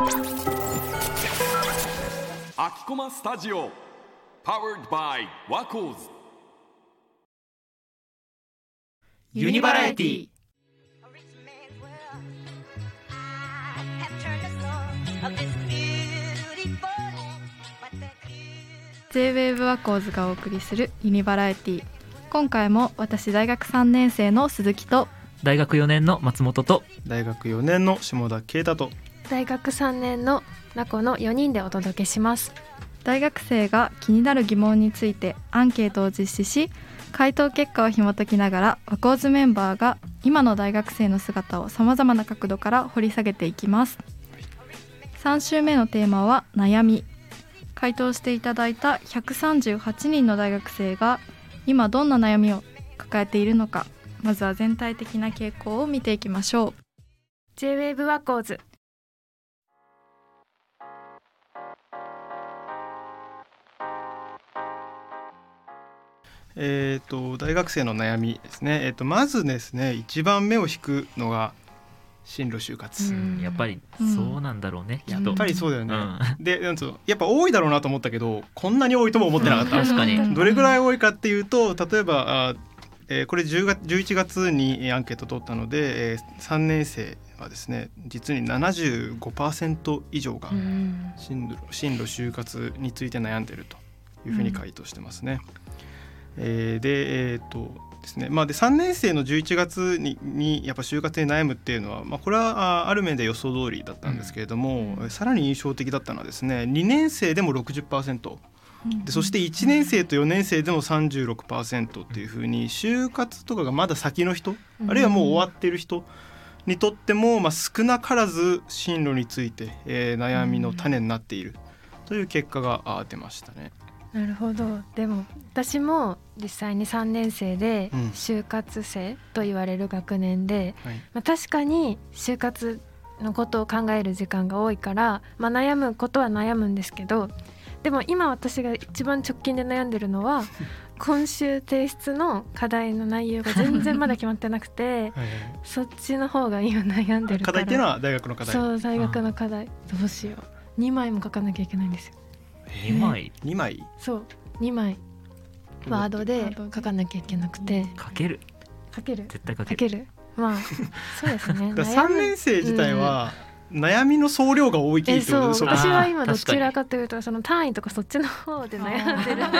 秋駒スタジオ Powered by ワコーズユニバラエティ。 J-WAVE ワコーズがお送りするユニバラエティ。今回も私大学3年生の鈴木と大学4年の松本と大学4年の下田啓太と大学3年のなこの4人でお届けします。 大学生が気になる疑問についてアンケートを実施し、回答結果を紐解きながらワコーズメンバーが今の大学生の姿をさまざまな角度から掘り下げていきます。3週目のテーマは悩み。回答していただいた138人の大学生が今どんな悩みを抱えているのか、まずは全体的な傾向を見ていきましょう。 J-WAVE ワコーズ。 大学生の悩みですね。まずですね、一番目を引くのが進路就活。 やっぱりそうなんだろうね、 やっぱりそうだよね、でやっぱ多いだろうなと思ったけど、こんなに多いとも思ってなかった、 確かに。 どれぐらい多いかっていうと、例えばこれ11月にアンケート取ったので、3年生はですね、実に 75% 以上が進路就活について悩んでいるというふうに回答してますね。ですね、で3年生の11月 にやっぱ就活に悩むっていうのは、これはある面で予想通りだったんですけれども、さらに印象的だったのはですね、2年生でも 60%、でそして1年生と4年生でも 36% っていうふうに、就活とかがまだ先の人、あるいはもう終わっている人にとっても、少なからず進路について、悩みの種になっているという結果が出ましたね。 なるほど。でも私も実際に3年生で就活生と言われる学年で、確かに就活のことを考える時間が多いから、悩むことは悩むんですけど、でも今私が一番直近で悩んでるのは今週提出の課題の内容が全然まだ決まってなくてそっちの方が今悩んでるから。 課題っていうのは大学の課題。 そう、大学の課題。どうしよう、2枚も書かなきゃいけないんですよ。 2枚そう2枚ワードで書かなきゃいけなくて。 書ける絶対書ける。 そうですね。 3年生自体は悩みの総量が大きいってことですよね。 私は今どちらかというとその単位とかそっちの方で悩んでる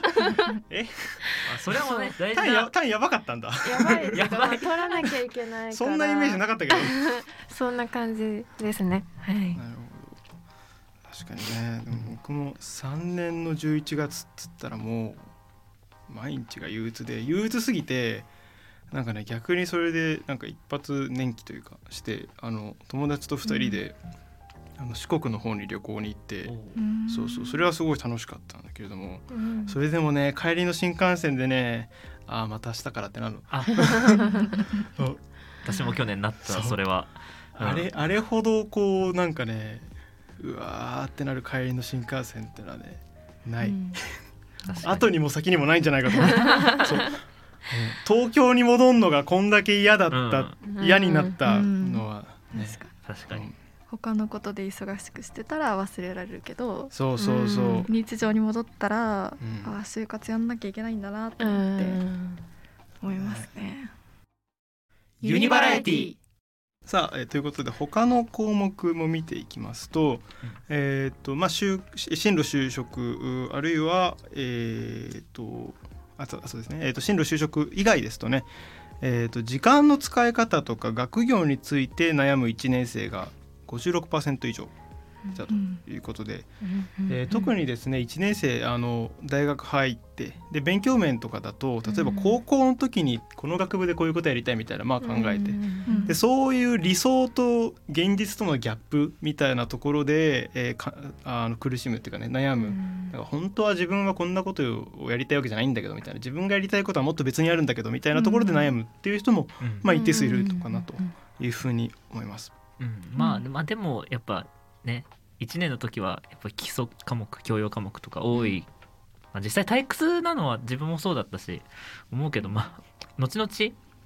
それはもうね、大事な単位やばかったんだ。 やばい取らなきゃいけないからそんなイメージなかったけどそんな感じですね。はい。 なるほど、確かにね。でも僕も3年の11月っつったらもう毎日が憂鬱すぎて、なんかね、逆にそれでなんか一発年季というかして友達と2人で、四国の方に旅行に行って、それはすごい楽しかったんだけれども、それでもね、帰りの新幹線でね、また明日からってなるの。 私も去年なった。それはあれほどこうなんかね、うわーってなる帰りの新幹線ってのはね、ない、後にも先にもないんじゃないかと思うそう、東京に戻るのがこんだけ嫌になったのは、ね、 確かに。 他のことで忙しくしてたら忘れられるけど、 そう日常に戻ったら、就活やんなきゃいけないんだなと思って思いますね。 ユニバラエティ。 さあ、ということで他の項目も見ていきますと、進路就職、あるいはそうですね、進路就職以外ですとね、時間の使い方とか学業について悩む1年生が 56% 以上だということで、特にですね、1年生大学入ってで勉強面とかだと、例えば高校の時にこの学部でこういうことやりたいみたいな考えて、でそういう理想と現実とのギャップみたいなところで、苦しむっていうかね、悩む。だから本当は自分はこんなことをやりたいわけじゃないんだけどみたいな、自分がやりたいことはもっと別にあるんだけどみたいなところで悩むっていう人も、一定数いるのかなというふうに思います。 でもやっぱね、1年の時はやっぱり基礎科目、教養科目とか多い、実際退屈なのは自分もそうだったし思うけど、後々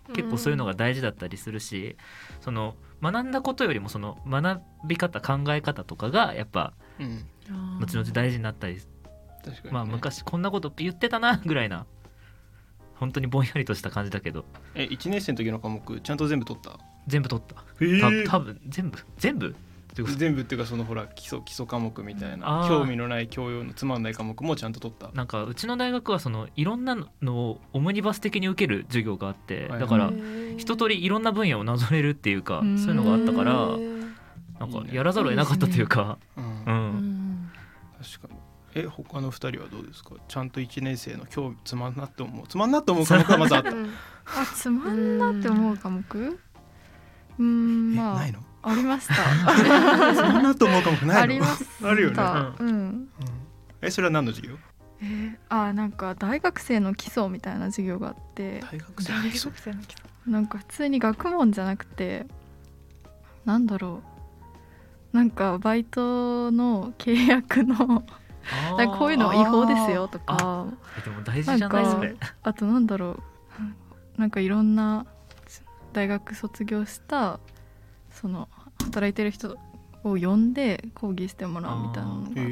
結構そういうのが大事だったりするし、その学んだことよりもその学び方考え方とかがやっぱ後々大事になったり、 確かにね、 まあ昔こんなこと言ってたなぐらいな本当にぼんやりとした感じだけど、 1年生の時の科目ちゃんと全部取った？ 全部取った、多分全部全部っていうかそのほら基礎科目みたいな興味のない教養のつまんない科目もちゃんと取った？ なんかうちの大学はそのいろんなのをオムニバス的に受ける授業があって、だから一通りいろんな分野をなぞれるっていうか、そういうのがあったからなんかやらざるを得なかったというか、 確かに。他の2人はどうですか？ちゃんと1年生の今日つまんなって思う科目はまずあった？ つまんなって思う科目？まあないの？ ありました。 つまんなと思う科目ないの？ ありました。 あるよね。それは何の授業？ なんか大学生の基礎みたいな授業があって、 大学生の基礎なんか普通に学問じゃなくて、なんだろう、なんかバイトの契約のなんかこういうのは違法ですよとか、 でも大事じゃないそれ。 あとなんだろう、なんかいろんな大学卒業したその働いてる人を呼んで講義してもらうみたいなのがあって、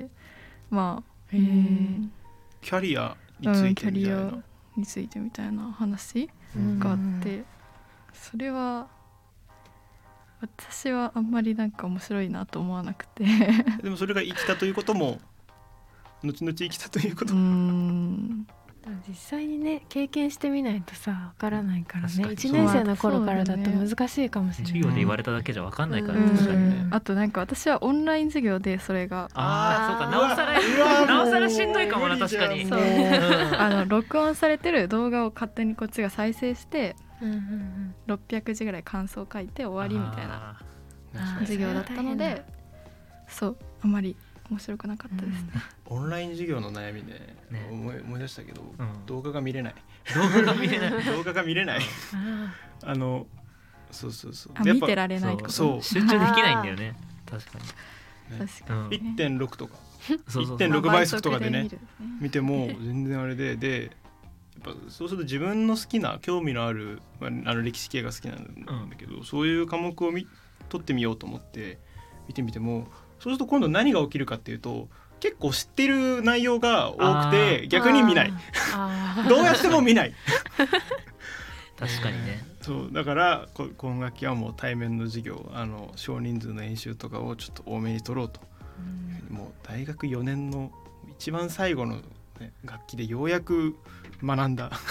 まあキャリアについてみたいな、 キャリアについてみたいな話があって、それは私はあんまりなんか面白いなと思わなくてでもそれが生きたということも後々生きたということ実際にね経験してみないとさわからないからね。1年生の頃からだと難しいかもしれない。 授業で言われただけじゃわかんないから、 確かにね。あとなんか私はオンライン授業でそれがそうか、なおさらしんどいかもな。確かに録音されてる動画を勝手にこっちが再生して600字ぐらい感想を書いて終わりみたいな授業だったので、そうあまり面白くなかったですね。 オンライン授業の悩みで思い出したけど、動画が見れない。 動画が見れないそう見てられないとか、 そう集中できないんだよね。確かに 1.6 とか1.6 倍速とかでね見ても全然あれでやっぱそうすると自分の好きな興味のある歴史系が好きなんだけど、そういう科目を取ってみようと思って見てみても、そうすると今度何が起きるかっていうと結構知ってる内容が多くて逆に見ないどうやっても見ない確かにね。 そうだから今学期はもう対面の授業少人数の演習とかをちょっと多めに取ろうと、もう大学4年の一番最後の、学期でようやく学んだ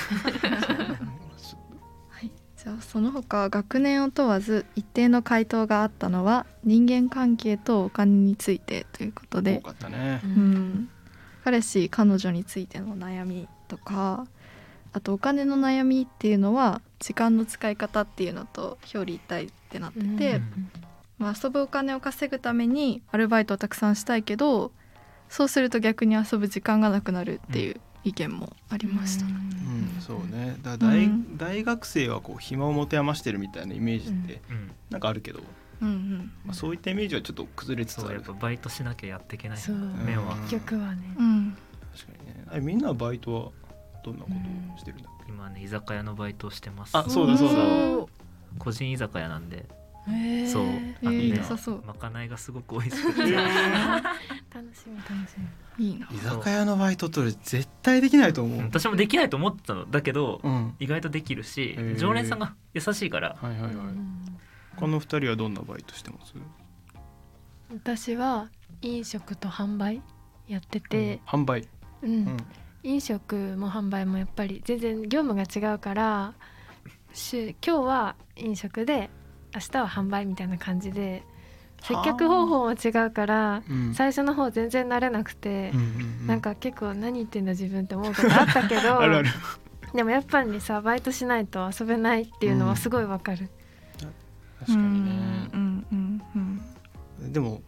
じゃあその他学年を問わず一定の回答があったのは人間関係とお金についてということで、 多かったね。 彼氏彼女についての悩みとか、あとお金の悩みっていうのは時間の使い方っていうのと表裏一体ってなってて、遊ぶお金を稼ぐためにアルバイトをたくさんしたいけど、そうすると逆に遊ぶ時間がなくなるっていう意見もありました。 そうね。大学生はこう暇を持て余してるみたいなイメージってなんかあるけど、そういったイメージはちょっと崩れつつある。 やっぱバイトしなきゃやっていけない面は結局はね。 確かにね。みんなバイトはどんなことをしてるんだっけ？ 今ね居酒屋のバイトをしてます。 そうだ個人居酒屋なんで、 そうまかないがすごく美味しくて楽しみいいな。 居酒屋のバイトって絶対できないと思う。 私もできないと思ってたのだけど、意外とできるし、常連さんが優しいから。 この2人はどんなバイトしてます？ 私は飲食と販売やってて、 販売、 飲食も販売もやっぱり全然業務が違うから、今日は飲食で明日は販売みたいな感じで、接客方法も違うから、最初の方全然慣れなくて、なんか結構何言ってんだ自分って思うことあったけどでもやっぱりさバイトしないと遊べないっていうのはすごいわかる。 確かにね。でも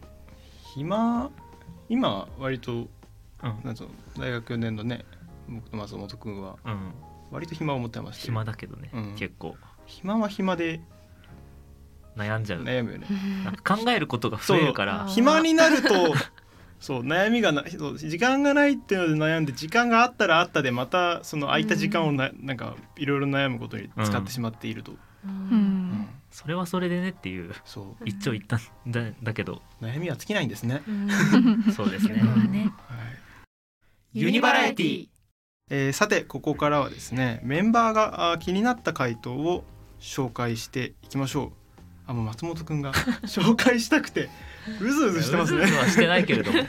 今割と、なんつうの大学4年のね僕と松本くんは割と暇を持ってまして、 暇だけどね、結構暇は暇で悩むよね。 なんか考えることが増えるから、 暇になるとそう悩みがそう時間がないっていうので悩んで、時間があったらあったでまたその空いた時間をなんかいろいろ悩むことに使ってしまっていると、 それはそれでねっていうそう一長一短だけど悩みは尽きないんですね、 そうですね、 ユニバラエティ。 さてここからはですね、メンバーが気になった回答を紹介していきましょう。もう松本くんが紹介したくてうずうずしてますね。 うずうずはしてないけれど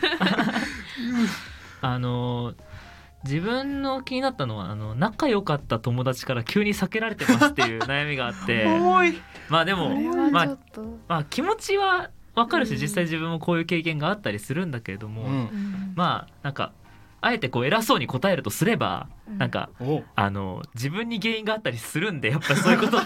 も自分の気になったのは仲良かった友達から急に避けられてますっていう悩みがあって重い。 まあでもまあ気持ちは分かるし、実際自分もこういう経験があったりするんだけれども、まあなんかあえてこう偉そうに答えるとすれば、なんか自分に原因があったりするんで、やっぱりそういうことって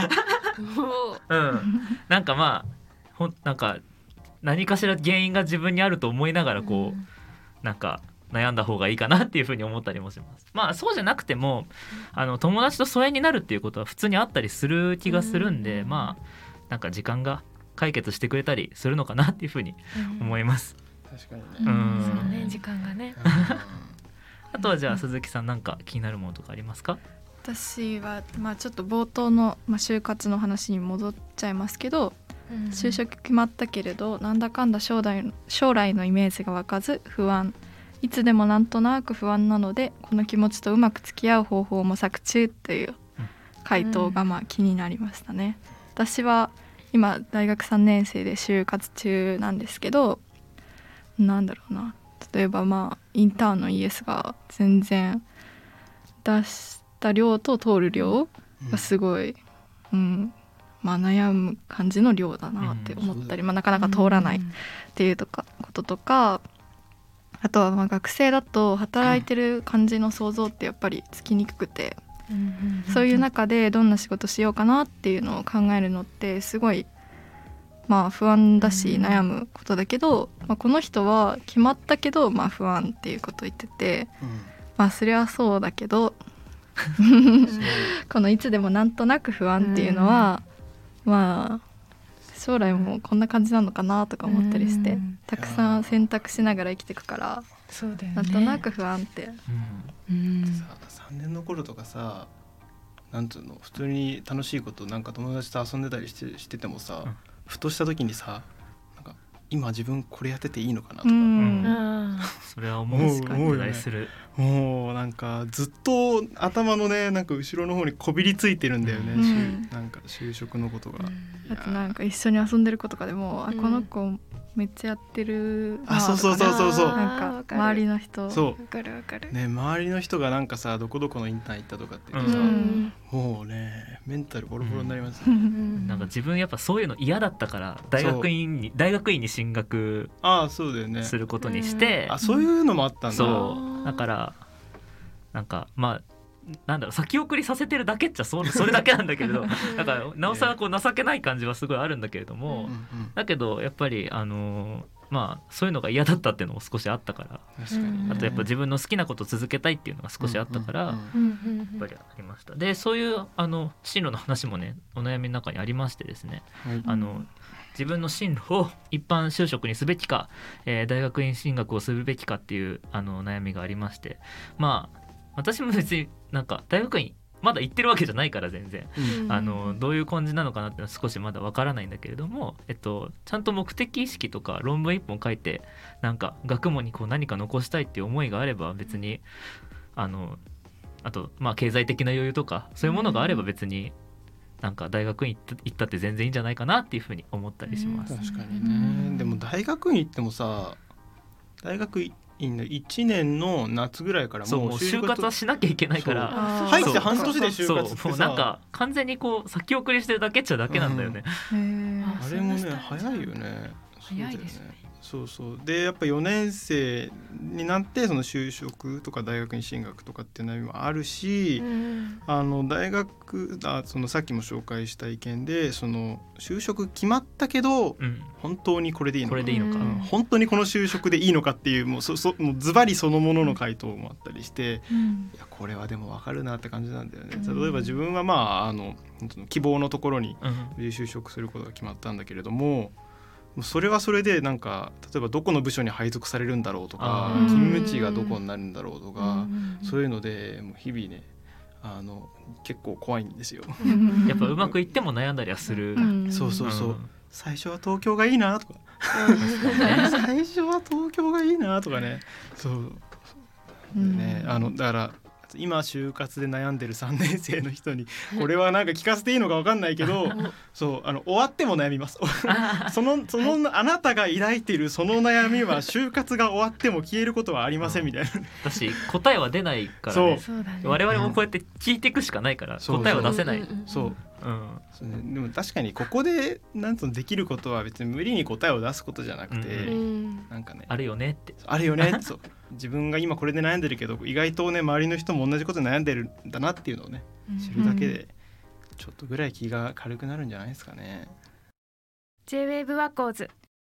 なんかまあなんか何かしら原因が自分にあると思いながらこうなんか悩んだ方がいいかなっていうふうに思ったりもします。まあそうじゃなくても友達と疎遠になるっていうことは普通にあったりする気がするんで、まあなんか時間が解決してくれたりするのかなっていうふうに思います。 確かにね。 そうね、時間がね。 あとはじゃあ鈴木さん、なんか気になるものとかありますか？ 私はちょっと冒頭の就活の話に戻っちゃいますけど、就職決まったけれどなんだかんだ将来のイメージが湧かず不安、いつでもなんとなく不安なのでこの気持ちとうまく付き合う方法を模索中という回答が気になりましたね。私は今大学3年生で就活中なんですけど、なんだろうな、例えばインターンの ES が全然出した量と通る量がすごい、悩む感じの量だなって思ったり、なかなか通らないっていうこととか、あとは学生だと働いてる感じの想像ってやっぱりつきにくくて、そういう中でどんな仕事しようかなっていうのを考えるのってすごい不安だし悩むことだけど、この人は決まったけど不安っていうことを言ってて、それはそうだけどこのいつでもなんとなく不安っていうのは将来もこんな感じなのかなとか思ったりして、たくさん選択しながら生きていくから、 そうだよね、 なんとなく不安って、 3年の頃とかさ、なんつうの、普通に楽しいことなんか友達と遊んでたりしててもさ、ふとした時にさ、なんか今自分これやってていいのかなとか、 それは思うよね。 もうなんかずっと頭のね、なんか後ろの方にこびりついてるんだよね、なんか就職のことが。 あとなんか一緒に遊んでる子とかでも、この子めっちゃやってるなとか、 そうなんか周りの人、 そうわかるね、周りの人がなんかさ、どこどこのインターン行ったとかって言ってさ、もうねメンタルボロボロになりますね。 なんか自分やっぱそういうの嫌だったから大学院に進学することにして、 そういうのもあったんだ。 そうだからなんかなんだろう、先送りさせてるだけっちゃそれだけなんだけれどだからなおさらこう情けない感じはすごいあるんだけれども、だけどやっぱりそういうのが嫌だったっていうのも少しあったから、あとやっぱ自分の好きなことを続けたいっていうのが少しあったから、やっぱりありました。でそういう進路の話もね、お悩みの中にありましてですね、自分の進路を一般就職にすべきか、大学院進学をするべきかっていう悩みがありまして、私も別になんか大学院まだ行ってるわけじゃないから全然、どういう感じなのかなっていうのは少しまだわからないんだけれども、ちゃんと目的意識とか論文一本書いて、なんか学問にこう何か残したいっていう思いがあれば、別にあと経済的な余裕とかそういうものがあれば別になんか大学院行ったって全然いいんじゃないかなっていうふうに思ったりします。 確かにね。でも大学院行ってもさ、大学院の1年の夏ぐらいからもう就活はしなきゃいけないから、 入って半年で就活ってさ、 もうなんか完全にこう先送りしてるだけっちゃだけなんだよね。 あれもね早いよね。 早いですね。 そうでやっぱ4年生になってその就職とか大学に進学とかっていう悩みもあるし、大学そのさっきも紹介した意見で、その就職決まったけど、本当にこれでいいのか、本当にこの就職でいいのかっていう、もうズバリそのものの回答もあったりして、いやこれはでも分かるなって感じなんだよね。例えば自分は希望のところに就職することが決まったんだけれども、 それはそれでなんか例えばどこの部署に配属されるんだろうとかうん勤務地がどこになるんだろうとかそういうのでもう日々ね結構怖いんですよ。 やっぱうまくいっても悩んだりはする、 そうそうそう、 うん最初は東京がいいなとか最初は東京がいいなとかねそうねだから今就活で悩んでる3年生の人にこれはなんか聞かせていいのか分かんないけどそう終わっても悩みますそのあなたが抱いているその悩みは就活が終わっても消えることはありませんみたいな私答えは出ないからねそうだね我々もこうやって聞いていくしかないからそう答えは出せないそうそうね、でも確かにここでなんとできることは別に無理に答えを出すことじゃなくて、なんかねあるよねってあるよねそう自分が今これで悩んでるけど意外とね周りの人も同じことで悩んでるんだなっていうのをね知るだけでちょっとぐらい気が軽くなるんじゃないですかね。 J-WAVE ワコーズ。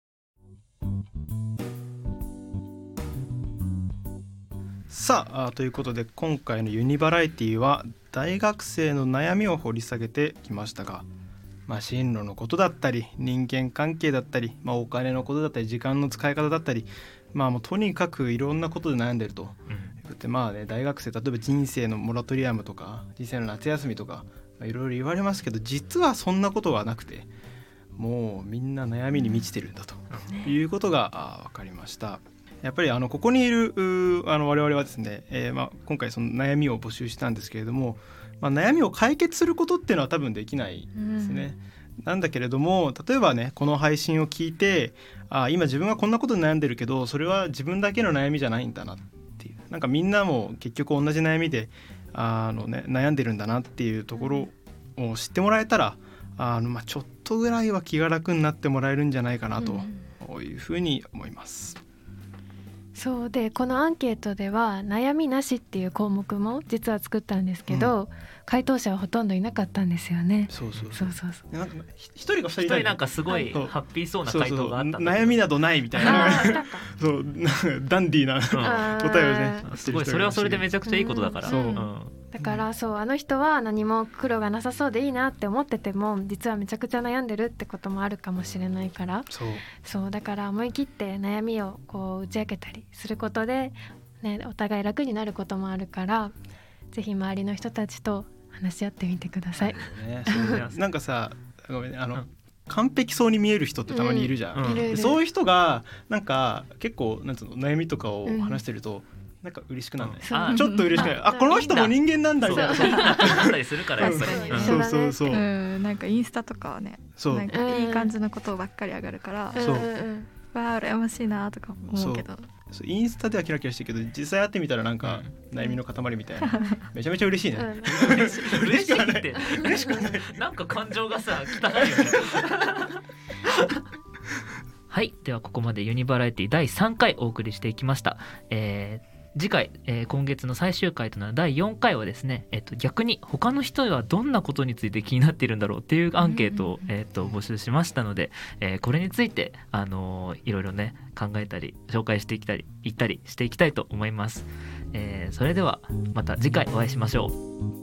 さあということで今回のユニバラエティは大学生の悩みを掘り下げてきましたが、進路のことだったり人間関係だったり、お金のことだったり時間の使い方だったり、もうとにかくいろんなことで悩んでると、大学生例えば人生のモラトリアムとか人生の夏休みとかいろいろ言われますけど実はそんなことはなくてもうみんな悩みに満ちてるんだということが分かりました。やっぱりここにいる我々はですね、今回その悩みを募集したんですけれども、悩みを解決することっていうのは多分できないですね、なんだけれども例えばねこの配信を聞いて今自分はこんなことで悩んでるけどそれは自分だけの悩みじゃないんだなっていう、なんかみんなも結局同じ悩みで悩んでるんだなっていうところを知ってもらえたらちょっとぐらいは気が楽になってもらえるんじゃないかなというふうに思います。 そうでこのアンケートでは悩みなしっていう項目も実は作ったんですけど、回答者はほとんどいなかったんですよね。そうなんか一人が二人なんかすごいハッピーそうな回答があったんだけど悩みなどないみたいなそうなんかダンディーな答えをねすごいそれはそれでめちゃくちゃいいことだから、 だからあの人は何も苦労がなさそうでいいなって思ってても実はめちゃくちゃ悩んでるってこともあるかもしれないからそうだから思い切って悩みをこう打ち明けたりすることで、お互い楽になることもあるからぜひ周りの人たちと話し合ってみてください。 なんかさごめんね完璧そうに見える人ってたまにいるじゃん、そういう人がなんか結構なんつうの悩みとかを話してると、なんか嬉しくなるね、ちょっと嬉しくなる、この人も人間なんだみたいななったりするからやっぱりそうなんかインスタとかはねなんかいい感じのことばっかり上がるからわあ羨ましいなとか思うけどインスタではキラキラしてるけど実際会ってみたらなんか悩みの塊みたいな、めちゃめちゃ嬉しいね、 嬉しいって嬉しくないなんか感情がさ汚いよねはいではここまでユニバラエティ第3回お送りしていきました。次回、今月の最終回となる第4回はですね、逆に他の人はどんなことについて気になっているんだろうっていうアンケートを、募集しましたので、これについて、いろいろね考えたり紹介していったり言ったりしていきたいと思います。それではまた次回お会いしましょう。